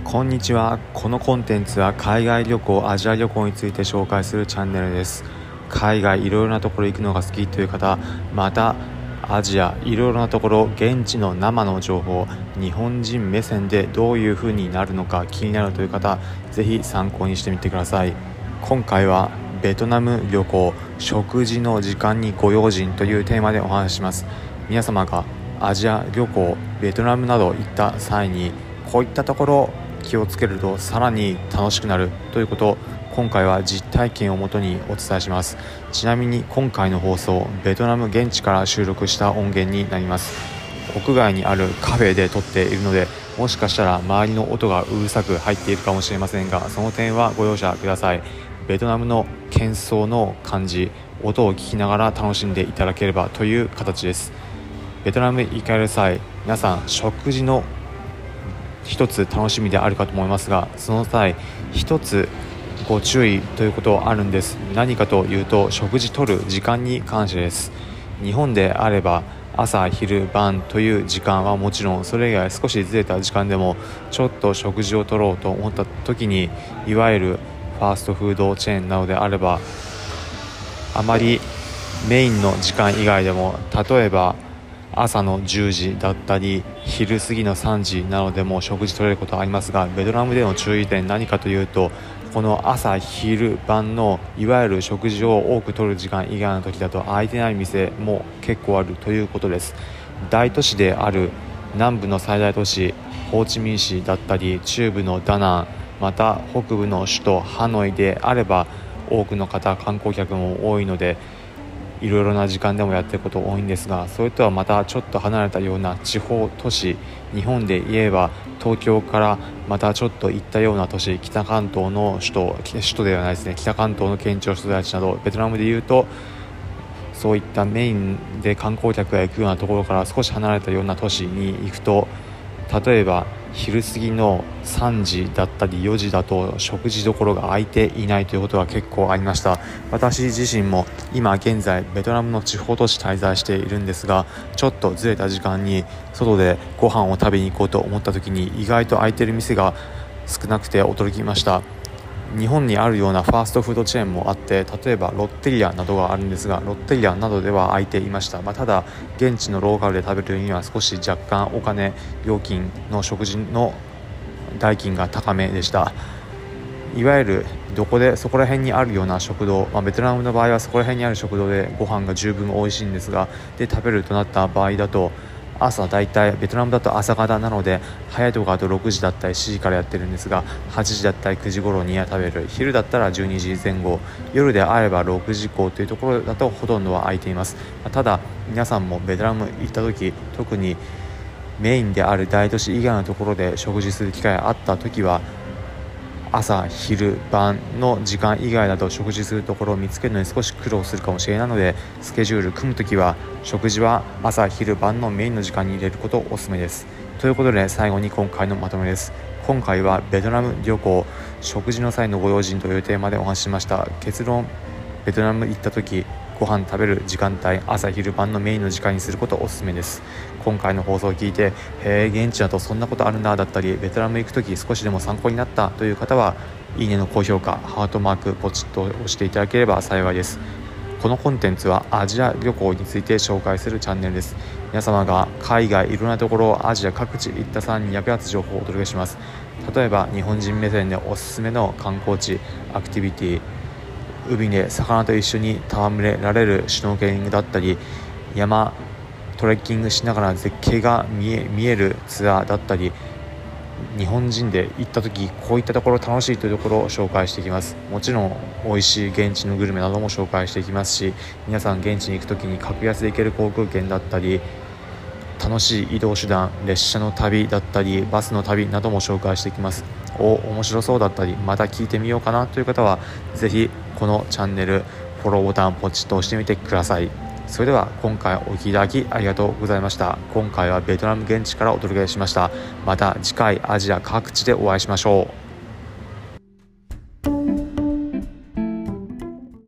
こんにちは。このコンテンツは海外旅行、アジア旅行について紹介するチャンネルです。海外いろいろなところ行くのが好きという方、またアジアいろいろなところ、現地の生の情報、日本人目線でどういう風になるのか気になるという方、ぜひ参考にしてみてください。今回はベトナム旅行、食事の時間にご用心というテーマでお話しします。皆様がアジア旅行、ベトナムなど行った際にこういったところ気をつけるとさらに楽しくなるということを今回は実体験をもとにお伝えします。ちなみに今回の放送、ベトナム現地から収録した音源になります。屋外にあるカフェで撮っているので、もしかしたら周りの音がうるさく入っているかもしれませんが、その点はご容赦ください。ベトナムの喧騒の感じ、音を聞きながら楽しんでいただければという形です。ベトナム行かれる際、皆さん食事の一つ楽しみであるかと思いますが、その際一つご注意ということはあるんです。何かというと、食事取る時間に関してです。日本であれば朝昼晩という時間はもちろん、それ以外少しずれた時間でもちょっと食事を取ろうと思った時に、いわゆるファーストフードチェーンなどであれば、あまりメインの時間以外でも、例えば朝の10時だったり昼過ぎの3時などでも食事取れることはありますが、ベトナムでの注意点何かというと、この朝昼晩のいわゆる食事を多く取る時間以外の時だと空いてない店も結構あるということです。大都市である南部の最大都市ホーチミン市だったり、中部のダナン、また北部の首都ハノイであれば多くの方、観光客も多いのでいろいろな時間でもやってること多いんですが、それとはまたちょっと離れたような地方都市、日本で言えば東京からまたちょっと行ったような都市、北関東の首都ではないですね、北関東の県庁所在地など、ベトナムでいうとそういったメインで観光客が行くようなところから少し離れたような都市に行くと、例えば昼過ぎの3時だったり4時だと食事どころが空いていないということが結構ありました。私自身も今現在ベトナムの地方都市滞在しているんですが、ちょっとずれた時間に外でご飯を食べに行こうと思った時に、意外と空いている店が少なくて驚きました。日本にあるようなファーストフードチェーンもあって、例えばロッテリアなどがあるんですが、ロッテリアなどでは空いていました。ただ現地のローカルで食べるには少し若干お金、料金の食事の代金が高めでした。いわゆるそこら辺にあるような食堂、ベトナムの場合はそこら辺にある食堂でご飯が十分美味しいんですが、で食べるとなった場合だと、朝だいたいベトナムだと朝方なので、早いところだと6時だったり7時からやってるんですが、8時だったり9時頃には食べる。昼だったら12時前後、夜であれば6時以降というところだとほとんどは空いています。ただ皆さんもベトナム行った時、特にメインである大都市以外のところで食事する機会があった時は、朝昼晩の時間以外だと食事するところを見つけるのに少し苦労するかもしれないので、スケジュール組むときは食事は朝昼晩のメインの時間に入れることをおすすめです。ということで最後に今回のまとめです。今回はベトナム旅行、食事の際のご用心というテーマでお話ししました。結論、ベトナム行った時、ご飯食べる時間帯、朝昼晩のメインの時間にすることをおすすめです。今回の放送を聞いて、現地だとそんなことあるんだだったり、ベトナム行くとき少しでも参考になったという方は、いいねの高評価、ハートマークポチッと押していただければ幸いです。このコンテンツはアジア旅行について紹介するチャンネルです。皆様が海外いろんなところ、アジア各地行った際に役立つ情報をお届けします。例えば日本人目線でおすすめの観光地、アクティビティ、海で魚と一緒に戯れられるシュノーケリングだったり、山トレッキングしながら絶景が見えるツアーだったり、日本人で行った時こういったところ楽しいというところを紹介していきます。もちろん美味しい現地のグルメなども紹介していきますし、皆さん現地に行く時に格安で行ける航空券だったり、楽しい移動手段、列車の旅だったりバスの旅なども紹介していきます。面白そうだったり、また聞いてみようかなという方はぜひこのチャンネルフォローボタンポチッと押してみてください。それでは今回お聞きいただきありがとうございました。今回はベトナム現地からお届けしました。また次回アジア各地でお会いしましょう。